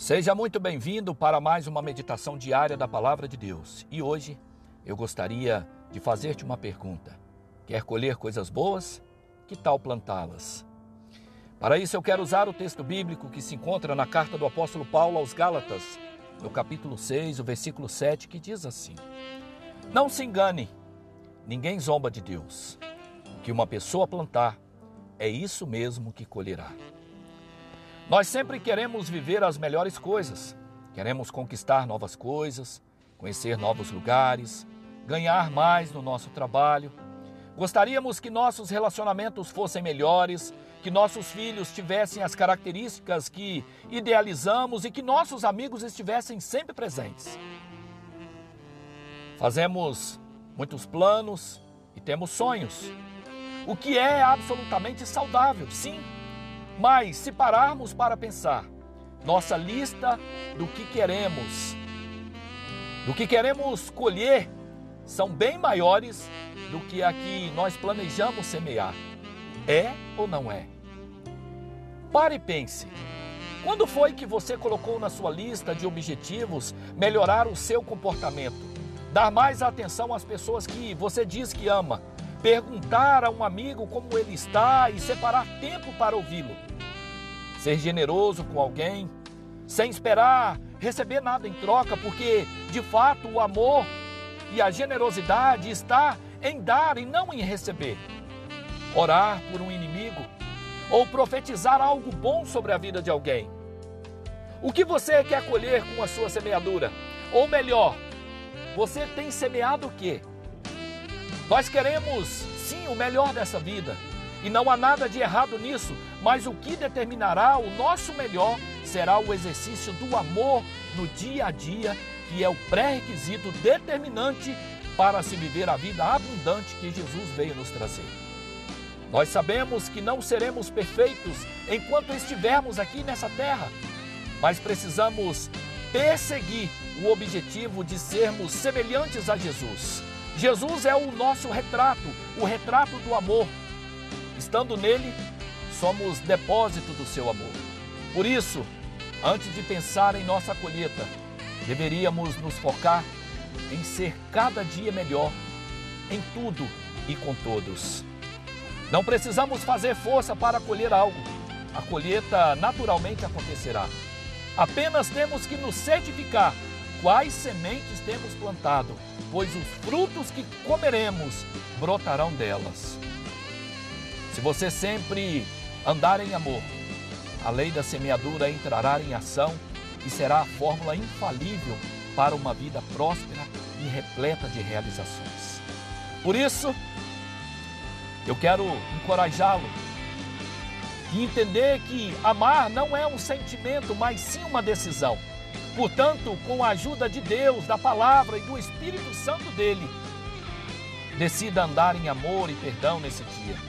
Seja muito bem-vindo para mais uma meditação diária da Palavra de Deus. E hoje eu gostaria de fazer-te uma pergunta. Quer colher coisas boas? Que tal plantá-las? Para isso eu quero usar o texto bíblico que se encontra na carta do apóstolo Paulo aos Gálatas, no capítulo 6, o versículo 7, que diz assim: Não se engane, ninguém zomba de Deus. O que uma pessoa plantar, é isso mesmo que colherá. Nós sempre queremos viver as melhores coisas, queremos conquistar novas coisas, conhecer novos lugares, ganhar mais no nosso trabalho. Gostaríamos que nossos relacionamentos fossem melhores, que nossos filhos tivessem as características que idealizamos e que nossos amigos estivessem sempre presentes. Fazemos muitos planos e temos sonhos, o que é absolutamente saudável, sim. Mas se pararmos para pensar, nossa lista do que queremos colher, são bem maiores do que a que nós planejamos semear. É ou não é? Pare e pense. Quando foi que você colocou na sua lista de objetivos melhorar o seu comportamento, dar mais atenção às pessoas que você diz que ama, perguntar a um amigo como ele está e separar tempo para ouvi-lo? Ser generoso com alguém, sem esperar receber nada em troca, porque, de fato, o amor e a generosidade está em dar e não em receber. Orar por um inimigo ou profetizar algo bom sobre a vida de alguém. O que você quer colher com a sua semeadura? Ou melhor, você tem semeado o quê? Nós queremos, sim, o melhor dessa vida. E não há nada de errado nisso, mas o que determinará o nosso melhor será o exercício do amor no dia a dia, que é o pré-requisito determinante para se viver a vida abundante que Jesus veio nos trazer. Nós sabemos que não seremos perfeitos enquanto estivermos aqui nessa terra, mas precisamos perseguir o objetivo de sermos semelhantes a Jesus. Jesus é o nosso retrato, o retrato do amor. Estando nele, somos depósito do seu amor. Por isso, antes de pensar em nossa colheita, deveríamos nos focar em ser cada dia melhor, em tudo e com todos. Não precisamos fazer força para colher algo. A colheita naturalmente acontecerá. Apenas temos que nos certificar quais sementes temos plantado, pois os frutos que comeremos brotarão delas. Se você sempre andar em amor, a lei da semeadura entrará em ação e será a fórmula infalível para uma vida próspera e repleta de realizações. Por isso, eu quero encorajá-lo e entender que amar não é um sentimento, mas sim uma decisão. Portanto, com a ajuda de Deus, da palavra e do Espírito Santo dele, decida andar em amor e perdão nesse dia.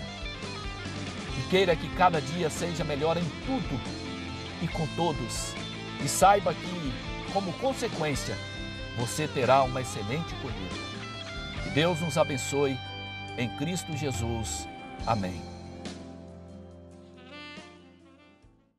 E queira que cada dia seja melhor em tudo e com todos. E saiba que, como consequência, você terá uma excelente colheita. Que Deus nos abençoe em Cristo Jesus. Amém.